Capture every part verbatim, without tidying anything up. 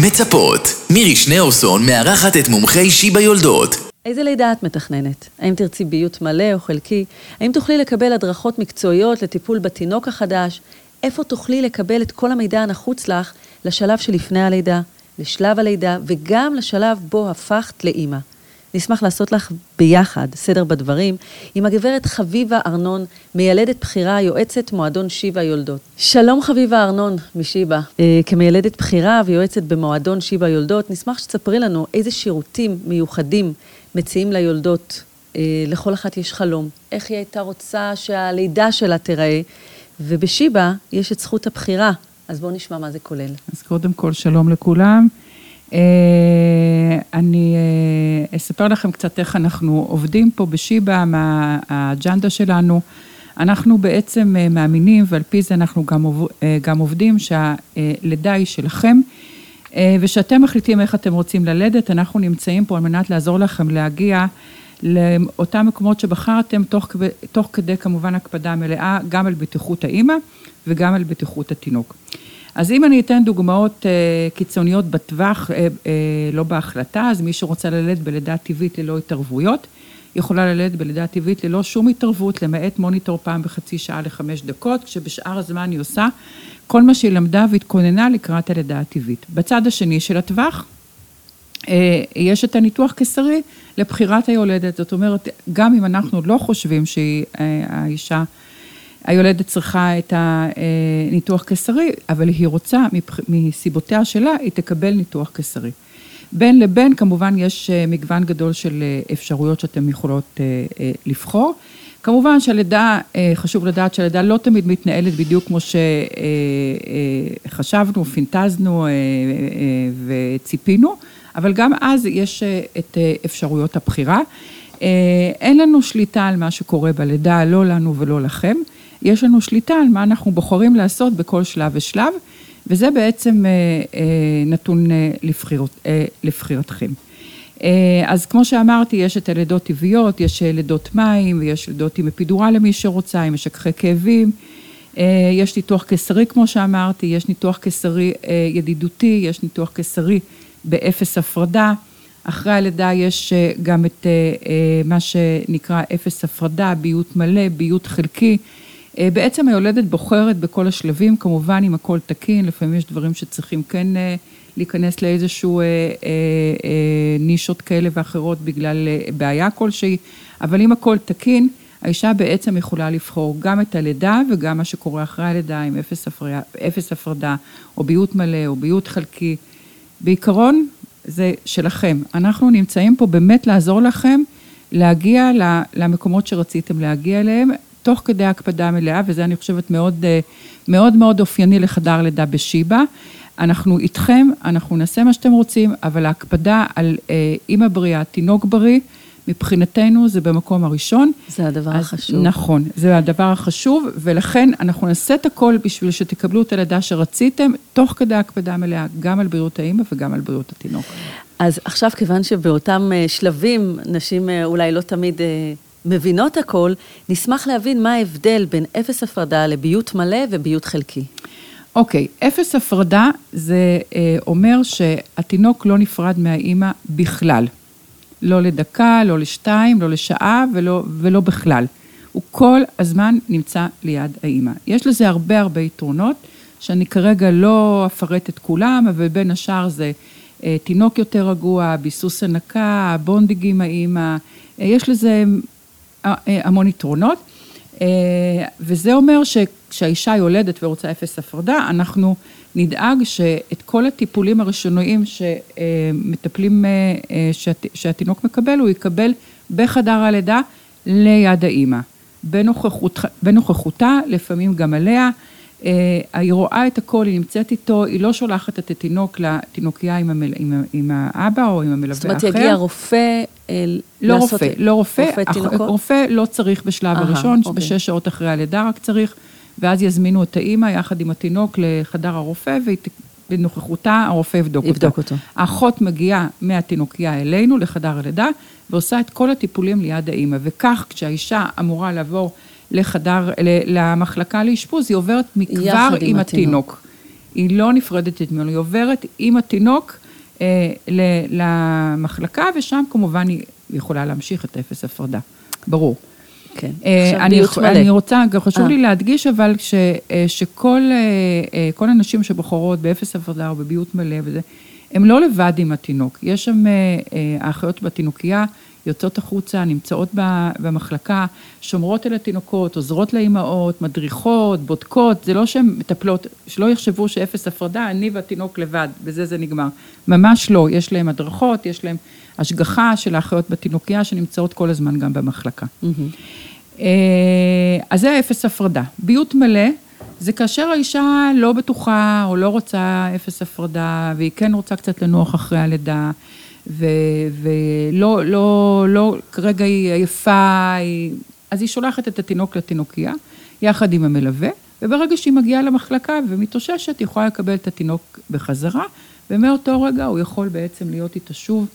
מצפות. מירי שניאורסון מארחת את מומחי שיבה יולדות. איזה לידה את מתכננת? האם תרצי ביות מלא או חלקי? האם תוכלי לקבל הדרכות מקצועיות לטיפול בתינוק החדש? איפה תוכלי לקבל את כל המידע הנחוץ לך לשלב שלפני הלידה, לשלב הלידה וגם לשלב בו הפכת לאמא? נשמח לעשות לך ביחד סדר בדברים עם הגברת חביבה ארנון, מיילדת בחירה, יועצת מועדון שיבה יולדות. שלום חביבה ארנון משיבה. אה, כמיילדת בחירה ויועצת במועדון שיבה יולדות, נשמח שתספרי לנו איזה שירותים מיוחדים מציעים ליולדות. אה, לכל אחת יש חלום. איך היא הייתה רוצה שהלידה שלה תיראה, ובשיבה יש את זכות הבחירה. אז בואו נשמע מה זה כולל. אז קודם כל שלום לכולם. אני אספר לכם קצת איך אנחנו עובדים פה בשיבה, מה האג'נדה שלנו. אנחנו בעצם מאמינים, ועל פי זה אנחנו גם עובדים, שהלידה היא שלכם, ושאתם מחליטים איך אתם רוצים ללדת. אנחנו נמצאים פה על מנת לעזור לכם להגיע לאותם מקומות שבחרתם, תוך, תוך כדי כמובן הקפדה מלאה, גם על בטיחות האמא וגם על בטיחות התינוק. אז אם אני אתן דוגמאות אה, קיצוניות בטווח, אה, אה, לא בהחלטה, אז מי שרוצה ללדת בלידה טבעית ללא התערבויות, יכולה ללדת בלידה טבעית ללא שום התערבות, למעט מוניטור פעם בחצי שעה לחמש דקות, כשבשאר הזמן היא עושה כל מה שהיא למדה והתכוננה לקראת הלידה הטבעית. בצד השני של הטווח, אה, יש את הניתוח קיסרי לבחירת היולדת, זאת אומרת, גם אם אנחנו לא חושבים שהיא אה, האישה, היולדת צריכה את הניתוח קיסרי, אבל היא רוצה, מסיבותיה שלה, היא תקבל ניתוח קיסרי. בין לבין, כמובן, יש מגוון גדול של אפשרויות שאתם יכולות לבחור. כמובן שהלידה, חשוב לדעת שהלידה לא תמיד מתנהלת בדיוק כמו שחשבנו, פינטזנו וציפינו, אבל גם אז יש את אפשרויות הבחירה. אין לנו שליטה על מה שקורה בלידה, לא לנו ולא לכם. יש לנו שליטה על מה אנחנו בוחרים לעשות בכל שלב ושלב, וזה בעצם נתון לבחירתכם. אז כמו שאמרתי, יש את הלידות טבעיות, יש לידות מים, ויש לידות עם אפידורל למי שרוצה, עם משככי כאבים, יש ניתוח קיסרי כמו שאמרתי, יש ניתוח קיסרי ידידותי, יש ניתוח קיסרי באפס הפרדה, אחרי הלידה יש גם את מה שנקרא אפס הפרדה, ביות מלא, ביות חלקי. בעצם היולדת בוחרת בכל השלבים, כמובן עם הכל תקין, לפעמים יש דברים שצריכים כן להיכנס לאיזשהו נישות כאלה ואחרות בגלל בעיה כלשהי, אבל אם הכל תקין, האישה בעצם יכולה לבחור גם את הלידה וגם מה שקורה אחרי הלידה עם אפס הפרדה, אפס הפרדה או ביות מלא או ביות חלקי. בעיקרון, זה שלכם. אנחנו נמצאים פה באמת לעזור לכם להגיע למקומות שרציתם להגיע אליהם, תוך כדי הקפדה מלאה, וזה אני חושבת מאוד מאוד מאוד אופייני לחדר לידה בשיבה. אנחנו איתכם, אנחנו נעשה מה שאתם רוצים, אבל ההקפדה על אמא בריאה, תינוק בריא, מבחינתנו זה במקום הראשון. זה הדבר החשוב. נכון, זה הדבר החשוב, ולכן אנחנו נעשה את הכל בשביל שתקבלו את הלידה שרציתם, תוך כדי הקפדה מלאה, גם על בריאות האמא וגם על בריאות התינוק. אז עכשיו, כיוון שבאותם שלבים, נשים אולי לא תמיד מבינות הכל, נשמח להבין מה ההבדל בין אפס הפרדה לביות מלא וביות חלקי. אוקיי, אפס הפרדה זה אומר שהתינוק לא נפרד מהאמא בכלל. לא לדקה, לא לשתיים, לא לשעה ולא, ולא בכלל. הוא כל הזמן נמצא ליד האמא. יש לזה הרבה הרבה יתרונות, שאני כרגע לא אפרט את כולם, אבל בין השאר זה אה, תינוק יותר רגוע, ביסוס הנקה, בונדינג עם האמא, אה, יש לזה אה, אה, המון יתרונות, אה, וזה אומר שכשהאישה יולדת ורוצה אפס הפרדה, אנחנו נדאג שאת כל הטיפולים הראשוניים שמטפלים, שהתינוק מקבל, הוא יקבל בחדר הלידה ליד האמא. בנוכחות, בנוכחותה, לפעמים גם עליה, היא רואה את הכל, היא נמצאת איתו, היא לא שולחת את התינוק לתינוקיה עם, המל, עם, עם האבא או עם המלווה אחר. זאת אומרת, יגיע רופא לא רופא, לא רופא, רופא לא צריך בשלב הראשון, בשש שעות אחרי הלידה רק צריך, ואז יזמינו את האמא יחד עם התינוק לחדר הרופא, ובנוכחותה הרופא יבדוק, יבדוק אותו. האחות מגיעה מהתינוקיה אלינו לחדר הלידה, ועושה את כל הטיפולים ליד האמא, וכך כשהאישה אמורה לעבור לחדר, למחלקה לאשפוז, היא עוברת מכבר עם התינוק. היא לא נפרדת ממנו, היא עוברת עם התינוק אה, למחלקה, ושם כמובן היא יכולה להמשיך את אפס הפרדה, ברור. כן, עכשיו ביוט מלא. אני רוצה, גם חשוב לי להדגיש אבל ש, שכל כל הנשים שבוחרות באפס הפרדה או בביוט מלא וזה, הם לא לבד עם התינוק. יש שם האחיות בתינוקייה, יוצאות החוצה, נמצאות במחלקה, שומרות על התינוקות, עוזרות לאימהות, מדריכות, בודקות, זה לא שהן מטפלות, שלא יחשבו שאפס הפרדה, אני והתינוק לבד, בזה זה נגמר. ממש לא, יש להם הדרכות, יש להם השגחה של האחיות בתינוקייה, שנמצאות כל הזמן גם במחלקה. אז זה אפס הפרדה. ביוט מלא, זה כאשר האישה לא בטוחה, או לא רוצה אפס הפרדה, והיא כן רוצה קצת לנוח אחרי הלידה, ולא, לא, לא, כרגע היא עייפה, היא, אז היא שולחת את התינוק לתינוקייה, יחד עם המלווה, וברגע שהיא מגיעה למחלקה ומתאוששת, היא יכולה לקבל את התינוק בחזרה, ומאותו רגע הוא יכול בעצם להיות איתה שוב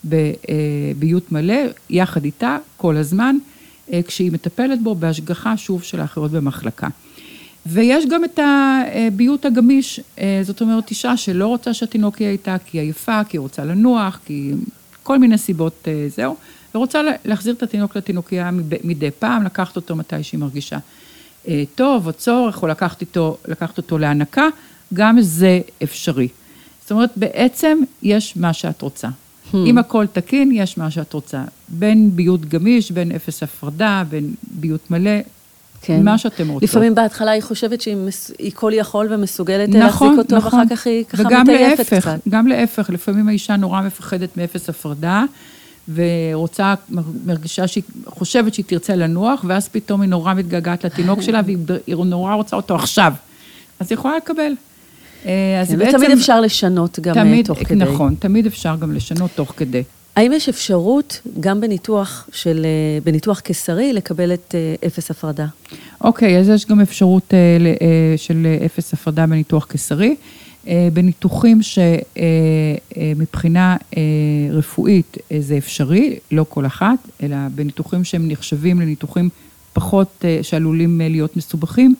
בביוט מלא, יחד איתה כל הזמן, כשהיא מטפלת בו בהשגחה שוב של האחרות במחלקה. ויש גם את הביוט הגמיש, זאת אומרת, אישה שלא רוצה שהתינוק יהיה איתה, כי היא עייפה, כי היא רוצה לנוח, כי כל מיני סיבות זהו, ורוצה להחזיר את התינוק לתינוקיה מדי פעם, לקחת אותו מתי שהיא מרגישה טוב או צורך, או לקחת אותו, לקחת אותו להנקה, גם זה אפשרי. זאת אומרת, בעצם יש מה שאת רוצה. Hmm. אם הכל תקין, יש מה שאת רוצה. בין ביוט גמיש, בין אפס הפרדה, בין ביוט מלא, כן. מה שאתם רוצות. לפעמים בהתחלה היא חושבת שהיא מס... כל יכול ומסוגלת נכון, להחזיק אותו, נכון. ואחר כך היא ככה מטייפת קצת. גם להפך, לפעמים האישה נורא מפחדת מאפס הפרדה, ורוצה, מרגישה שהיא חושבת שהיא תרצה לנוח, ואז פתאום היא נורא מתגעגעת לתינוק שלה, והיא נורא רוצה אותו עכשיו. אז היא יכולה לקבל. אז כן, בעצם, ותמיד אפשר לשנות גם תמיד, תוך כדי. נכון, תמיד אפשר גם לשנות תוך כדי. האם יש אפשרות גם בניתוח של, בניתוח קיסרי לקבל את אפס הפרדה? אוקיי, אז יש גם אפשרות של אפס הפרדה בניתוח קיסרי. בניתוחים שמבחינה רפואית זה אפשרי, לא כל אחת, אלא בניתוחים שהם נחשבים לניתוחים פחות שעלולים להיות מסובכים,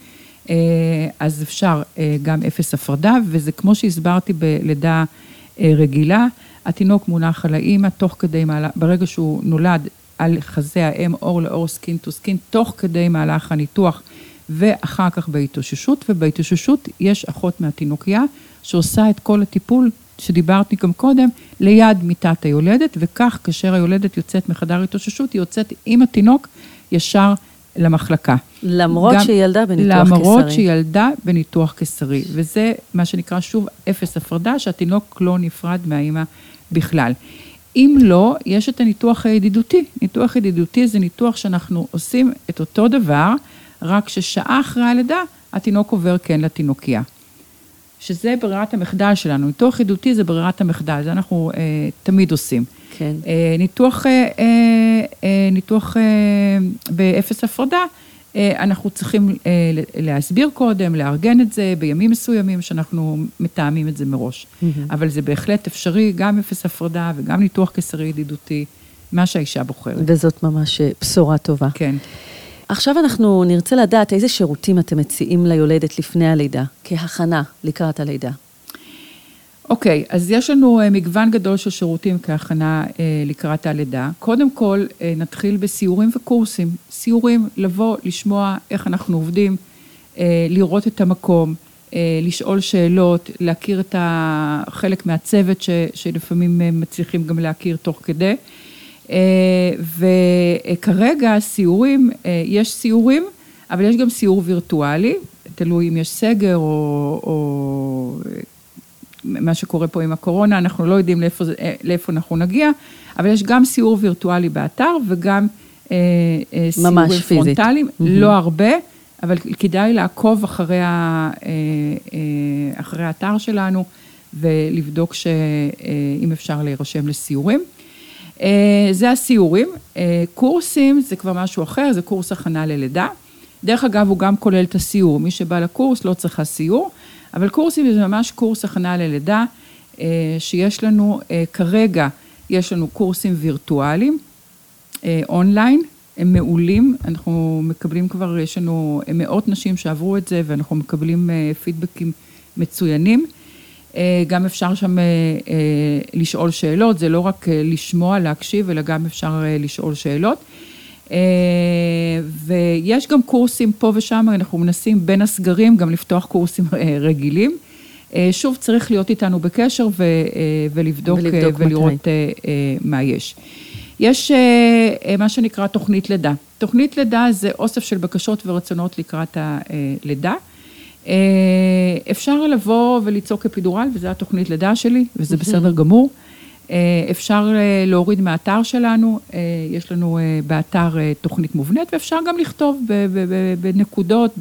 אז אפשר גם אפס הפרדה, וזה כמו שהסברתי בלידה רגילה, התינוק מונח על האמא, תוך כדי מהלך, ברגע שהוא נולד על חזה האם, אור לאור, סקין טו סקין, תוך כדי מהלך הניתוח, ואחר כך בהתאוששות, ובהתאוששות יש אחות מהתינוקיה, שעושה את כל הטיפול שדיברתי גם קודם, ליד מיטת היולדת, וכך כאשר היולדת יוצאת מחדר התאוששות, היא יוצאת עם התינוק ישר למחלקה. למרות שהיא ילדה בניתוח קיסרי. למרות שהיא ילדה בניתוח קיסרי, וזה מה שנקרא שוב אפס הפרדה, שהתינוק לא נפרד מהאמא בכלל. אם לא, יש את הניתוח הידידותי. ניתוח ידידותי זה ניתוח שאנחנו עושים את אותו דבר, רק ששעה אחרי הלידה, התינוק עובר כן לתינוקיה. שזה ברירת המחדל שלנו. ניתוח ידידותי זה ברירת המחדל, זה אנחנו אה, תמיד עושים. כן. אה, ניתוח, אה, אה, ניתוח אה, באפס הפרדה, אה, אנחנו צריכים אה, להסביר קודם, לארגן את זה בימים מסוימים שאנחנו מתאמים את זה מראש. Mm-hmm. אבל זה בהחלט אפשרי, גם אפס הפרדה וגם ניתוח קיסרי ידידותי, מה שהאישה בוחרת. וזאת ממש בשורה טובה. כן. עכשיו אנחנו נרצה לדעת איזה שירותים אתם מציעים ליולדת לפני הלידה, כהכנה לקראת הלידה. אוקיי, אז יש לנו מגוון גדול של שירותים כהכנה לקראת הלידה. קודם כל נתחיל בסיורים וקורסים. סיורים, לבוא, לשמוע איך אנחנו עובדים, לראות את המקום, לשאול שאלות, להכיר את חלק מהצוות ש, שלפעמים מצליחים גם להכיר תוך כדי. וכרגע סיורים, יש סיורים, אבל יש גם סיור וירטואלי, תלוי אם יש סגר או, או מה שקורה פה עם הקורונה, אנחנו לא יודעים לאיפה, לאיפה אנחנו נגיע, אבל יש גם סיור וירטואלי באתר וגם סיורים פרונטליים, לא הרבה, אבל כדאי לעקוב אחרי, ה, אחרי האתר שלנו ולבדוק שאם אפשר להירשם לסיורים. זה הסיורים, קורסים זה כבר משהו אחר, זה קורס הכנה ללידה, דרך אגב הוא גם כולל את הסיור, מי שבא לקורס לא צריכה סיור, אבל קורסים זה ממש קורס הכנה ללידה, שיש לנו כרגע, יש לנו קורסים וירטואליים, אונליין, הם מעולים, אנחנו מקבלים כבר, יש לנו מאות נשים שעברו את זה, ואנחנו מקבלים פידבקים מצוינים. גם אפשר שם לשאול שאלות, זה לא רק לשמוע, להקשיב, אלא גם אפשר לשאול שאלות. ויש גם קורסים פה ושם, אנחנו מנסים בין הסגרים גם לפתוח קורסים רגילים. שוב, צריך להיות איתנו בקשר ולבדוק ולראות מה יש. יש מה שנקרא תוכנית לידה. תוכנית לידה זה אוסף של בקשות ורצונות לקראת הלידה. אפשר לבוא וליצוק אפידורל, וזו התוכנית לידה שלי, וזה בסדר גמור. אפשר להוריד מהאתר שלנו, יש לנו באתר תוכנית מובנית, ואפשר גם לכתוב בנקודות,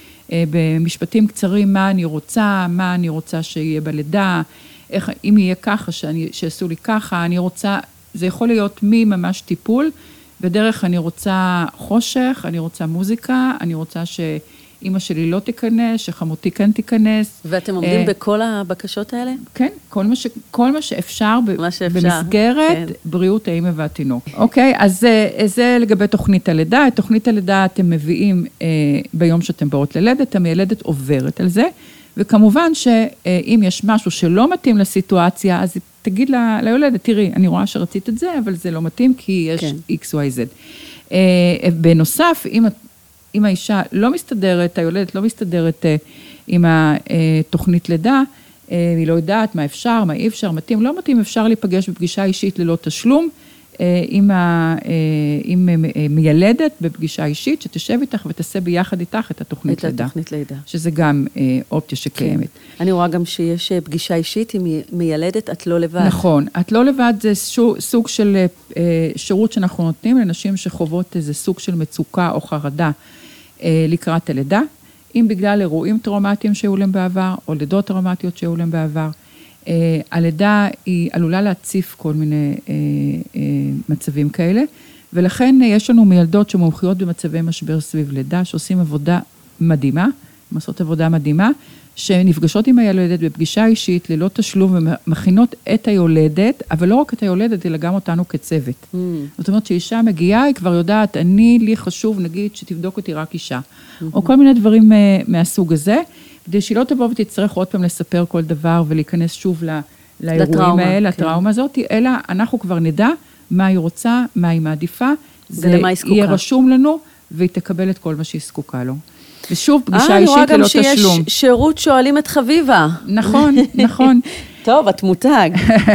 במשפטים קצרים, מה אני רוצה, מה אני רוצה שיהיה בלידה, איך, אם יהיה ככה, שיעשו לי ככה, אני רוצה, זה יכול להיות ממש טיפול, בדרך אני רוצה חושך, אני רוצה מוזיקה, אני רוצה שאמא שלי לא תיכנס, שחמותי כן תיכנס. ואתם עומדים בכל הבקשות האלה? כן, כל מה, ש, כל מה שאפשר, מה שאפשר במסגרת כן. בריאות האמא והתינוק. אוקיי, אז זה לגבי תוכנית הלידה. את תוכנית הלידה אתם מביאים אה, ביום שאתם באות ללדת, המיילדת עוברת על זה, וכמובן שאם יש משהו שלא מתאים לסיטואציה, אז תגיד לה, ליולדת, תראי, אני רואה שרצית את זה, אבל זה לא מתאים, כי יש כן. X, Y, Z. אה, בנוסף, אם, אם האישה לא מסתדרת, היולדת לא מסתדרת אה, עם התוכנית לידה, אה, היא לא יודעת מה אפשר, מה אי אפשר, מתאים, לא מתאים, אפשר להיפגש בפגישה אישית ללא תשלום, אה, עם, ה, אה, עם אה, מיילדת בפגישה אישית, שתשב איתך ותעשה ביחד איתך את התוכנית לידה. את התוכנית לידה. שזה גם אה, אופציה שקיימת. כן. אני רואה גם שיש פגישה אישית עם מיילדת, את לא לבד. נכון, את לא לבד זה סוג של אה, שירות שאנחנו נותנים לנשים שחוות איזה סוג של מצוקה או חרדה אה, לקראת הלידה, אם בגלל אירועים טראומטיים שהיו להם בעבר, או לידות טראומטיות שהיו להם בעבר. אה, הלידה היא עלולה להציף כל מיני אה, אה, מצבים כאלה, ולכן יש לנו מיילדות שמומחיות במצבי משבר סביב לידה, שעושים עבודה מדהימה, עושות עבודה מדהימה, שנפגשות עם היולדת בפגישה אישית, ללא תשלום, ומכינות את היולדת, אבל לא רק את היולדת, אלא גם אותנו כצוות. Mm. זאת אומרת, שאישה מגיעה, היא כבר יודעת, אני, לי חשוב, נגיד, שתבדוק אותי רק אישה. Mm-hmm. או כל מיני דברים מהסוג הזה, כדי שהיא לא תבוא ותצטרך עוד פעם לספר כל דבר, ולהיכנס שוב לא, לאירועים האלה, כן. לטראומה הזאת, אלא אנחנו כבר נדע מה היא רוצה, מה היא מעדיפה, זה יהיה רשום לנו, והיא תקבל את כל מה שהיא זקוקה לו. ושוב, פגישה אישית ללא תשלום. אני רואה גם שיש שירות שואלים את חביבה. נכון, נכון. טוב, את מותג.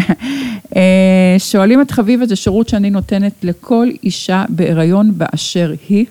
שואלים את חביבה, זה שירות שאני נותנת לכל אישה בהיריון באשר היא,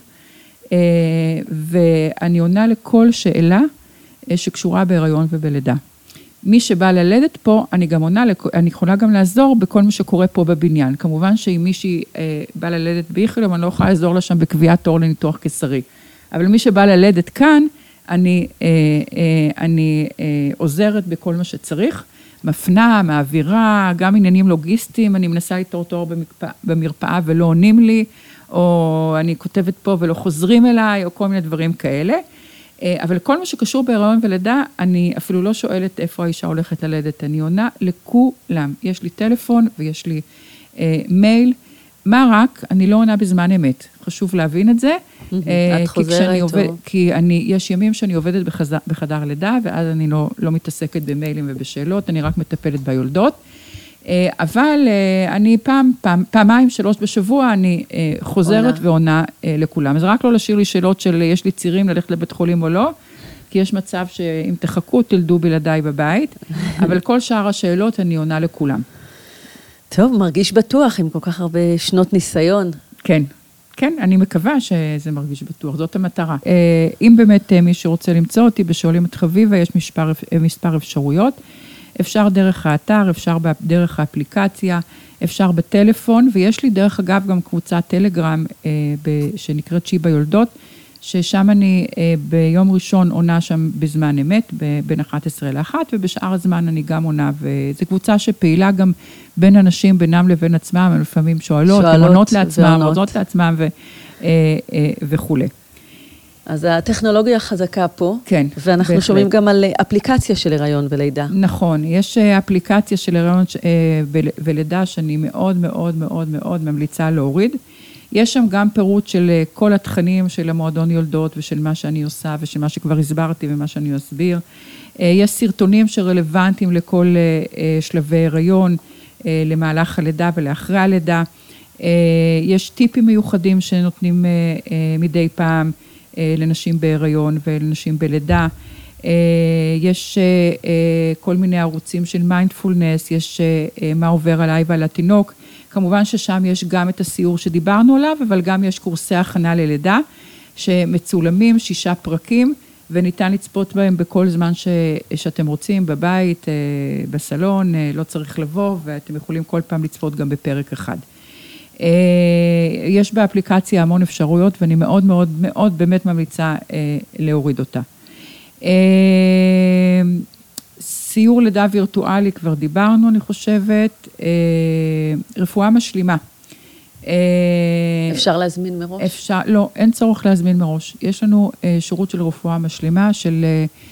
ואני עונה לכל שאלה שקשורה בהיריון ובלידה. מי שבא ללדת פה, אני גם עונה, אני יכולה גם לעזור בכל מה שקורה פה בבניין. כמובן שאם מישהי בא ללדת באיכילוב, אני לא יכולה לעזור לה שם בקביעת תור לניתוח קיסרי. אבל מי שבא ללדת כאן, אני, אני עוזרת בכל מה שצריך, מפנה, מעבירה, גם עניינים לוגיסטיים, אני מנסה לתור תור במרפאה ולא עונים לי, או אני כותבת פה ולא חוזרים אליי, או כל מיני דברים כאלה. אבל כל מה שקשור בהיריון ולידה, אני אפילו לא שואלת איפה האישה הולכת ללדת, אני עונה לכולם. יש לי טלפון ויש לי אה, מייל, מה רק, אני לא עונה בזמן אמת. חשוב להבין את זה. את חוזרת עובד, כי אני, יש ימים שאני עובדת בחזר, בחדר לידה, ואז אני לא, לא מתעסקת במיילים ובשאלות, אני רק מטפלת ביולדות. אבל אני פעם, פעם, פעמיים, שלוש בשבוע, אני חוזרת עונה. ועונה לכולם. אז רק לא לשאיר לי שאלות של יש לי צירים ללכת לבית חולים או לא, כי יש מצב שאם תחכו, תלדו בלעדיי בבית, אבל כל שאר השאלות אני עונה לכולם. טוב, מרגיש בטוח עם כל כך הרבה שנות ניסיון. כן, כן, אני מקווה שזה מרגיש בטוח, זאת המטרה. אם באמת מי שרוצה למצוא אותי בשואלים את חביבה, יש מספר, מספר אפשרויות. אפשר דרך האתר, אפשר דרך האפליקציה, אפשר בטלפון, ויש לי דרך אגב גם קבוצת טלגרם שנקראת שיבה יולדות, ששם אני ביום ראשון עונה שם בזמן אמת, בין אחת עשרה לאחת, ובשאר הזמן אני גם עונה, וזו קבוצה שפעילה גם בין אנשים, בינם לבין עצמם, הם לפעמים שואלות, הן עונות לעצמם, עונות לעצמם וכו'. אז הטכנולוגיה חזקה פה, כן, ואנחנו בהחלט. שומעים גם על אפליקציה של הריון ולידה. נכון, יש אפליקציה של הריון ולידה שאני מאוד מאוד מאוד מאוד ממליצה להוריד. יש שם גם פירוט של כל התכנים של המועדון יולדות ושל מה שאני עושה ושל מה שכבר הסברתי ומה שאני אסביר. יש סרטונים שרלוונטיים לכל שלבי הריון, למהלך הלידה ולאחרי הלידה. יש טיפים מיוחדים שנותנים מדי פעם לנשים בהיריון ולנשים בלידה. יש כל מיני ערוצים של מיינדפולנס, יש מה עובר עליי ועל התינוק. כמובן ששם יש גם את הסיור שדיברנו עליו, אבל גם יש קורסי הכנה ללידה, שמצולמים שישה פרקים, וניתן לצפות בהם בכל זמן ש, שאתם רוצים, בבית, בסלון, לא צריך לבוא, ואתם יכולים כל פעם לצפות גם בפרק אחד. יש באפליקציה המון אפשרויות, ואני מאוד מאוד מאוד באמת ממליצה להוריד אותה. סיור לידה וירטואלי, כבר דיברנו, אני חושבת, רפואה משלימה. אפשר להזמין מראש? אפשר, לא, אין צורך להזמין מראש. יש לנו שירות של רפואה משלימה, של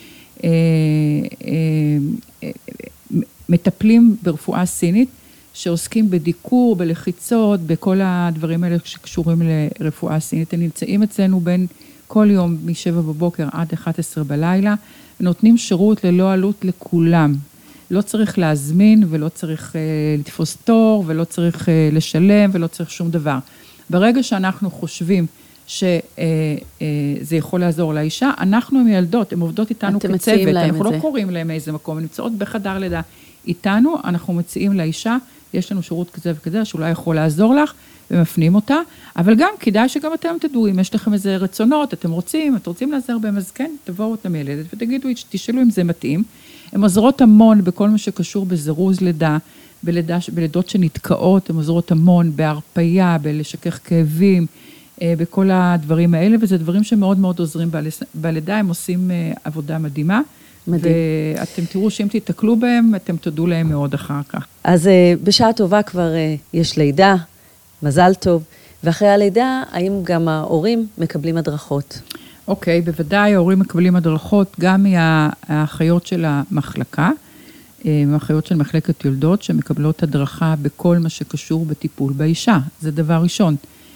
מטפלים ברפואה סינית, שעוסקים בדיקור, בלחיצות, בכל הדברים האלה שקשורים לרפואה סינית. הם נמצאים אצלנו בין כל יום משבע בבוקר עד אחת עשרה בלילה, ונותנים שירות ללא עלות לכולם. לא צריך להזמין ולא צריך uh, לתפוס תור ולא צריך uh, לשלם ולא צריך שום דבר. ברגע שאנחנו חושבים שזה uh, uh, יכול לעזור לאישה, אנחנו עם ילדות, הן עובדות איתנו כצוות, אנחנו לא קוראים להם איזה מקום, הן נמצאות בחדר לידה איתנו, אנחנו מציעים לאישה, יש לנו שירות כזה וכזה, שאולי יכול לעזור לך, ומפנים אותה, אבל גם כדאי שגם אתם תדעו, אם יש לכם איזה רצונות, אתם רוצים, אתם רוצים לעזר בהם, אז כן, תבואו אותם ילדת, ותגידו, תשאלו אם זה מתאים. הן עוזרות המון בכל מה שקשור בזירוז לידה, בלידה, בלידות שנתקעות, הן עוזרות המון בהרפיה, בלשכך כאבים, בכל הדברים האלה, וזה דברים שמאוד מאוד עוזרים בלידה, הם עושים עבודה מדהימה. מדהים. ואתם תראו שאם תתקלו בהם, אתם תודו להם מאוד אחר כך. אז בשעה טובה כבר יש לידה, מזל טוב, ואחרי הלידה, האם גם ההורים מקבלים הדרכות? אוקיי, בוודאי ההורים מקבלים הדרכות גם מהאחיות של המחלקה, מהאחיות של מחלקת יולדות, שמקבלות הדרכה בכל מה שקשור בטיפול באישה, זה דבר ראשון.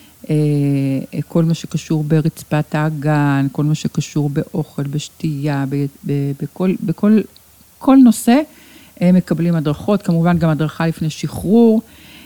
כל מה שקשור ברצפת האגן, כל מה שקשור באוכל, בשתייה, בכל, בכל, כל נושא מקבלים הדרכות, כמובן גם הדרכה לפני שחרור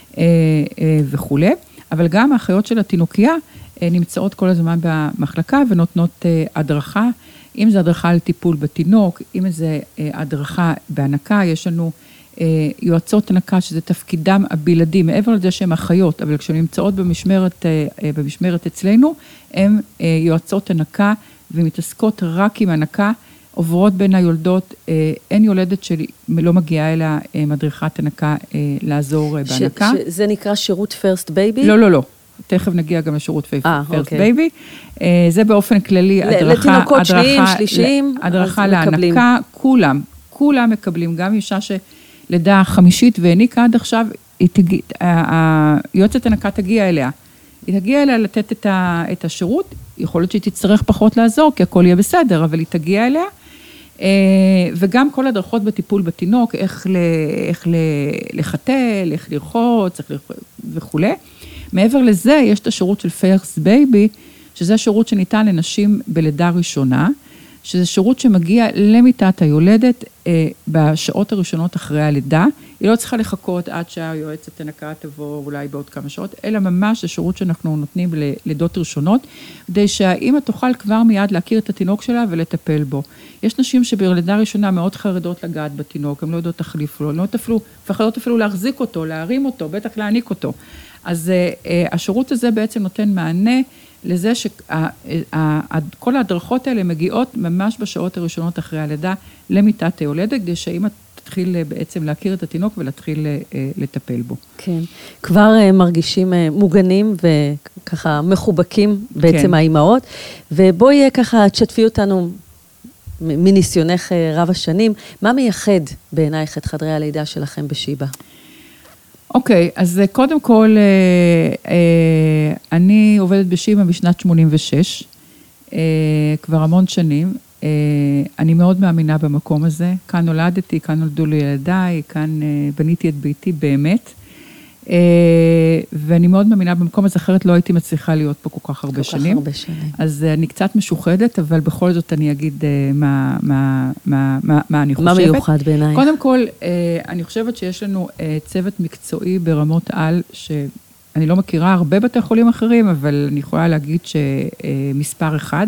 וכו'. אבל גם האחיות של התינוקייה נמצאות כל הזמן במחלקה ונותנות הדרכה, אם זה הדרכה על טיפול בתינוק, אם זה הדרכה בהנקה, יש לנו יועצות הנקה, שזה תפקידם הבלעדי, מעבר לזה שהן אחיות, אבל כשהן נמצאות במשמרת, במשמרת אצלנו, הן יועצות הנקה ומתעסקות רק עם הנקה, עוברות בין היולדות, אין יולדת שלא מגיעה אליה מדריכת הנקה לעזור בהנקה. שזה נקרא שירות פרסט בייבי? לא, לא, לא. תכף נגיע גם לשירות פרסט בייבי. זה באופן כללי, הדרכה, לתינוקות שניים, שלישיים, הדרכה להנקה, כולם, כולם מקבלים, גם אישה ש... לידה חמישית והעניקה עד עכשיו, היועצת הנקה תגיע אליה. היא תגיע אליה לתת את, ה, את השירות, יכול להיות שהיא תצטרך פחות לעזור, כי הכל יהיה בסדר, אבל היא תגיע אליה. וגם כל הדרכות בטיפול בתינוק, איך, ל, איך ל, לחתל, איך לרחוץ, איך לרחוץ וכו'. מעבר לזה, יש את השירות של פרסט בייבי, שזה שירות שניתן לנשים בלידה ראשונה, שזה שירות שמגיע למיטת היולדת אה, בשעות הראשונות אחרי הלידה. היא לא צריכה לחכות עד שהיועצת הנקה תבוא אולי בעוד כמה שעות, אלא ממש זה שירות שאנחנו נותנים ללידות ראשונות, כדי שהאמא תוכל כבר מיד להכיר את התינוק שלה ולטפל בו. יש נשים שבלידה ראשונה מאוד חרדות לגעת בתינוק, הן לא יודעות תחליף לו, לא אפילו, מפחדות אפילו להחזיק אותו, להרים אותו, בטח להעניק אותו. אז אה, אה, השירות הזה בעצם נותן מענה, לזה שכל ההדרכות האלה מגיעות ממש בשעות הראשונות אחרי הלידה למיטת היולדת, כדי שהאמא תתחיל בעצם להכיר את התינוק ולהתחיל לטפל בו. כן, כבר מרגישים מוגנים וככה מחובקים בעצם האימהות, ובואי יהיה ככה, תשתפי אותנו מניסיונך רב השנים, מה מייחד בעינייך את חדרי הלידה שלכם בשיבא? אוקיי, אז קודם כל, אני עובדת בשיבא בשנת שמונים ושש, כבר המון שנים, אני מאוד מאמינה במקום הזה, כאן נולדתי, כאן נולדו לי ילדיי, כאן בניתי את ביתי באמת, ואני מאוד מאמינה במקום הזה, אחרת לא הייתי מצליחה להיות פה כל כך הרבה שנים. כל כך הרבה שנים. אז אני קצת משוחדת, אבל בכל זאת אני אגיד מה, מה, מה, מה, מה אני חושבת. מה מיוחד בעינייך? קודם כל, אני חושבת שיש לנו צוות מקצועי ברמות על, שאני לא מכירה הרבה בתי חולים אחרים, אבל אני יכולה להגיד שמספר אחד,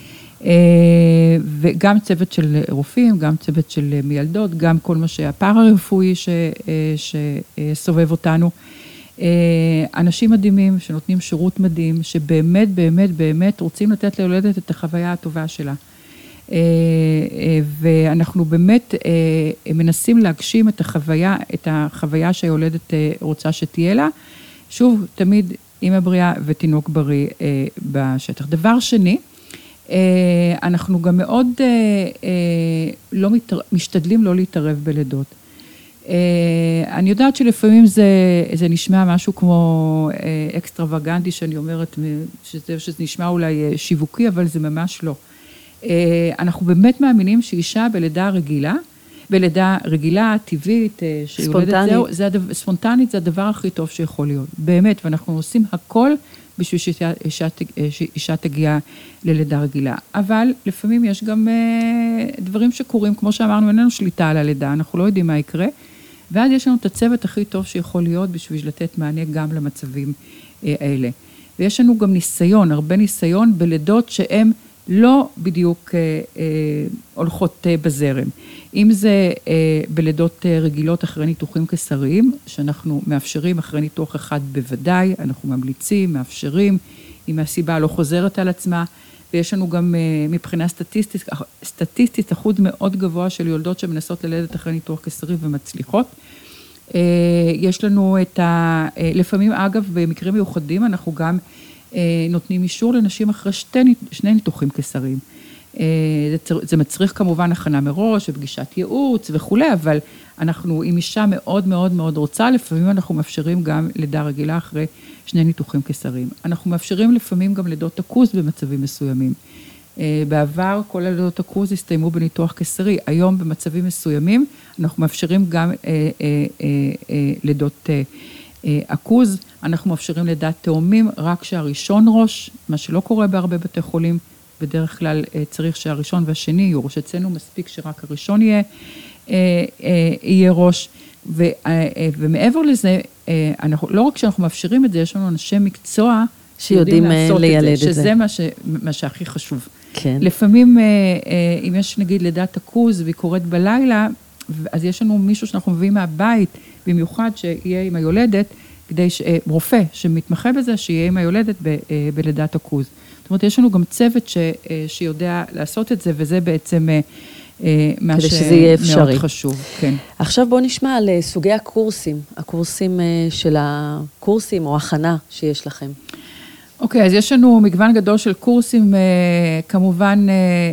וגם צוות של רופאים, גם צוות של מילדות, גם כל מה שהפארה-רפואי שסובב אותנו. אנשים מדהימים שנותנים שירות מדהים, שבאמת, באמת, באמת רוצים לתת ליולדת את החוויה הטובה שלה. ואנחנו באמת מנסים להגשים את החוויה, את החוויה שהיולדת רוצה שתהיה לה. שוב, תמיד אמא בריאה ותינוק בריא בשטח. דבר שני, אנחנו גם מאוד לא משתדלים לא להתערב בלידות. אני יודעת שלפעמים זה, זה נשמע משהו כמו אקסטרווגנטי, שאני אומרת שזה, שזה נשמע אולי שיווקי, אבל זה ממש לא. אנחנו באמת מאמינים שאישה בלידה רגילה, בלידה רגילה, טבעית, ספונטנית. זהו, זה הדבר, ספונטנית זה הדבר הכי טוב שיכול להיות, באמת, ואנחנו עושים הכל בשביל שאישה, אישה, שאישה תגיע ללידה רגילה. אבל לפעמים יש גם דברים שקורים, כמו שאמרנו, אין לנו שליטה על הלידה, אנחנו לא יודעים מה יקרה, ואז יש לנו את הצוות הכי טוב שיכול להיות בשביל לתת מענה גם למצבים האלה. ויש לנו גם ניסיון, הרבה ניסיון בלידות שהן לא בדיוק אה, אה, הולכות אה, בזרם. אם זה אה, בלידות אה, רגילות אחרי ניתוחים קיסריים, שאנחנו מאפשרים אחרי ניתוח אחד בוודאי, אנחנו ממליצים, מאפשרים, אם הסיבה לא חוזרת על עצמה, ויש לנו גם אה, מבחינה סטטיסטית, סטטיסטית אחוז מאוד גבוה של יולדות שמנסות ללדת אחרי ניתוח קיסרי ומצליחות. אה, יש לנו את ה... אה, לפעמים אגב, במקרים מיוחדים אנחנו גם נותנים אישור לנשים אחרי שתי, שני ניתוחים קיסריים. זה, זה מצריך כמובן הכנה מראש, ופגישת ייעוץ וכולי, אבל אנחנו עם אישה מאוד מאוד מאוד רוצה, לפעמים אנחנו מאפשרים גם לידה רגילה אחרי שני ניתוחים קיסריים. אנחנו מאפשרים לפעמים גם לידות עכוז במצבים מסוימים. בעבר כל הלידות עכוז הסתיימו בניתוח קיסרי, היום במצבים מסוימים אנחנו מאפשרים גם לידות עכוז, אנחנו מאפשרים לידת תאומים רק שהראשון ראש, מה שלא קורה בהרבה בתי חולים, בדרך כלל צריך שהראשון והשני יהיו ראש, אצלנו מספיק שרק הראשון יהיה, יהיה ראש, ו, ומעבר לזה, אנחנו, לא רק שאנחנו מאפשרים את זה, יש לנו אנשי מקצוע שיודעים לעשות את זה, שזה מה, ש, מה שהכי חשוב. כן. לפעמים, אם יש נגיד לידת עכוז והיא קורית בלילה, אז יש לנו מישהו שאנחנו מביאים מהבית, במיוחד שיהיה עם היולדת, כדי ש... רופא שמתמחה בזה, שיהיה עם היולדת ב... בלידת עכוז. זאת אומרת, יש לנו גם צוות ש... שיודע לעשות את זה, וזה בעצם מה שמאוד חשוב. כן. עכשיו בואו נשמע על סוגי הקורסים, הקורסים של הקורסים או הכנה שיש לכם. אוקיי, אז יש לנו מגוון גדול של קורסים, כמובן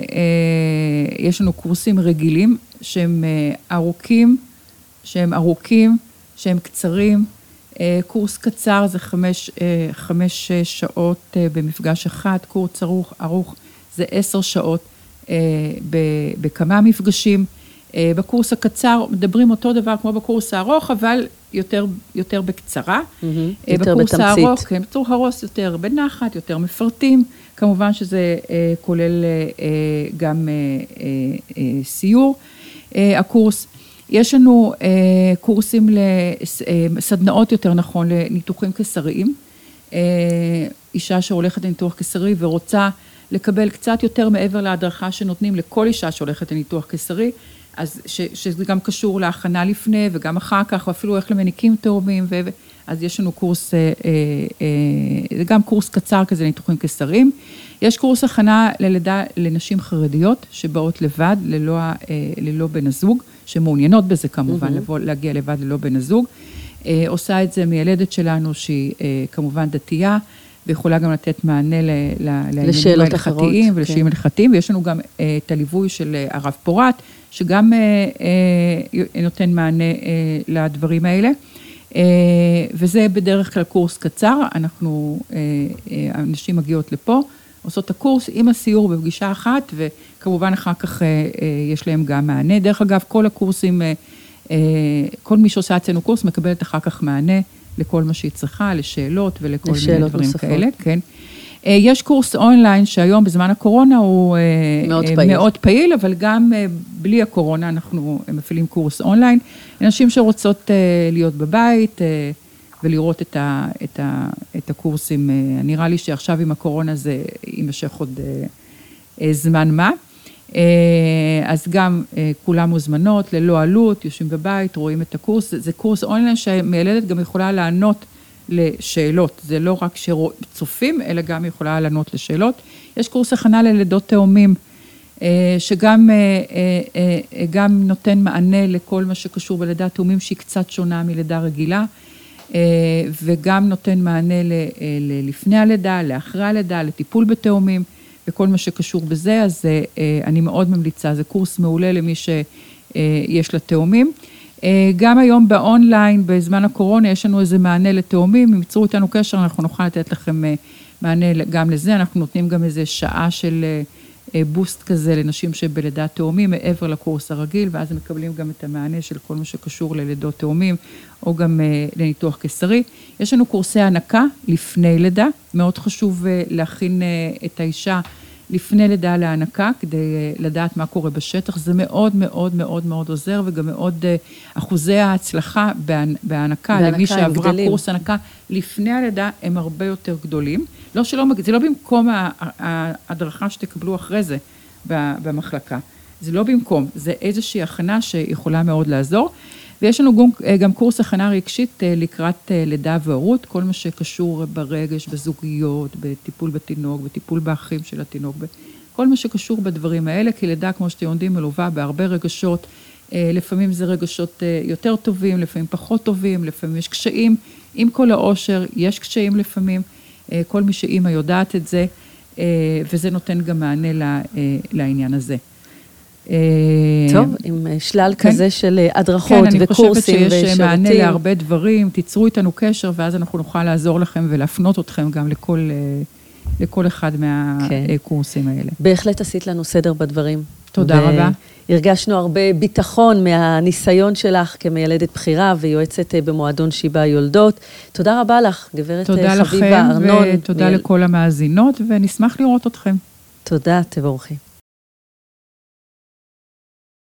יש לנו קורסים רגילים, שהם ארוכים, שהם ארוכים, שהם קצרים, קורס קצר זה חמש, חמש שעות במפגש אחד, קורס ארוך, ארוך זה עשר שעות בכמה מפגשים. בקורס הקצר מדברים אותו דבר כמו בקורס הארוך, אבל יותר, יותר בקצרה. Mm-hmm, יותר בקורס בתמצית. הארוך, כן, בצור הרוס יותר בנחת, יותר מפרטים, כמובן שזה כולל גם סיור. הקורס, יש לנו קורסים לסדנאות יותר נכון לניתוחים קיסריים, אישה שהולכת לניתוח קיסרי ורוצה לקבל קצת יותר מעבר להדרכה שנותנים לכל אישה שהולכת לניתוח קיסרי, אז ש, שזה גם קשור להכנה לפני וגם אחר כך, ואפילו איך למניקים תאומים, ו, אז יש לנו קורס, זה גם קורס קצר כזה לניתוחים קיסריים. יש קורס הכנה ללידה לנשים חרדיות שבאות לבד, ללא, ללא בן הזוג, שמעוניינות בזה כמובן, לבוא, להגיע לבד ללא בן הזוג. עושה את זה מיילדת שלנו שהיא כמובן דתייה, ויכולה גם לתת מענה לעניינים ההלכתיים ולשאלים הלכתיים, ויש לנו גם את הליווי של הרב פורת, שגם נותן מענה לדברים האלה. וזה בדרך כלל קורס קצר, אנחנו, אנשים מגיעות לפה, עושות את הקורס עם הסיור בפגישה אחת, וכמובן אחר כך יש להם גם מענה. דרך אגב, כל הקורסים, כל מי שעושה אצלנו קורס מקבלת אחר כך מענה לכל מה שהיא צריכה, לשאלות ולכל מיני דברים נוספות. כאלה, כן. יש קורס אונליין שהיום בזמן הקורונה הוא מאוד פעיל. מאוד פעיל, אבל גם בלי הקורונה אנחנו מפעילים קורס אונליין. אנשים שרוצות להיות בבית ולראות את, ה, את, ה, את הקורסים, נראה לי שעכשיו עם הקורונה זה יימשך עוד זמן מה. אז גם כולם מוזמנות, ללא עלות, יושבים בבית, רואים את הקורס. זה קורס אונליין שמילדת גם יכולה לענות לשאלות. זה לא רק שצופים, אלא גם יכולה לענות לשאלות. יש קורס הכנה ללידות תאומים, שגם גם נותן מענה לכל מה שקשור בלידת תאומים, שהיא קצת שונה מלידה רגילה, וגם נותן מענה לפני הלידה, לאחרי הלידה, לטיפול בתאומים, וכל מה שקשור בזה, אז אני מאוד ממליצה, זה קורס מעולה למי שיש לה תאומים. גם היום באונליין, בזמן הקורונה, יש לנו איזה מענה לתאומים, אם יצרו איתנו קשר, אנחנו נוכל לתת לכם מענה גם לזה, אנחנו נותנים גם איזה שעה של בוסט כזה לנשים שבלידת תאומים, מעבר לקורס הרגיל, ואז הם מקבלים גם את המענה של כל מה שקשור ללידות תאומים, או גם לניתוח קיסרי. יש לנו קורסי הנקה לפני לידה, מאוד חשוב להכין את האישה לפני לידה להנקה, כדי לדעת מה קורה בשטח, זה מאוד מאוד מאוד מאוד עוזר, וגם מאוד אחוזי ההצלחה בהנקה, למי שעברה קורס הנקה לפני הלידה, הם הרבה יותר גדולים. לא שלא, זה לא במקום ההדרכה שתקבלו אחרי זה במחלקה, זה לא במקום, זה איזושהי הכנה שיכולה מאוד לעזור, ויש לנו גם, גם קורס הכנה רגשית לקראת לידה והורות, כל מה שקשור ברגש, בזוגיות, בטיפול בתינוק, בטיפול באחים של התינוק, כל מה שקשור בדברים האלה, כי לידה, כמו שאתם יודעים, מלווה בהרבה רגשות, לפעמים זה רגשות יותר טובים, לפעמים פחות טובים, לפעמים יש קשיים, עם כל העושר, יש קשיים לפעמים, כל מי שאימא יודעת את זה, וזה נותן גם מענה לעניין הזה. טוב, עם שלל כזה של הדרכות וקורסים ושירותים. כן, אני חושבת שיש מענה להרבה דברים, תיצרו איתנו קשר, ואז אנחנו נוכל לעזור לכם ולהפנות אתכם גם לכל, לכל אחד מהקורסים האלה. בהחלט עשית לנו סדר בדברים. תודה רבה. הרגשנו הרבה ביטחון מהניסיון שלך כמיילדת בחירה ויועצת במועדון שיבא יולדות. תודה רבה לך, גברת חביבה ארנון. תודה לכם ותודה לכל המאזינות, ונשמח לראות אתכם. תודה, תבורכי.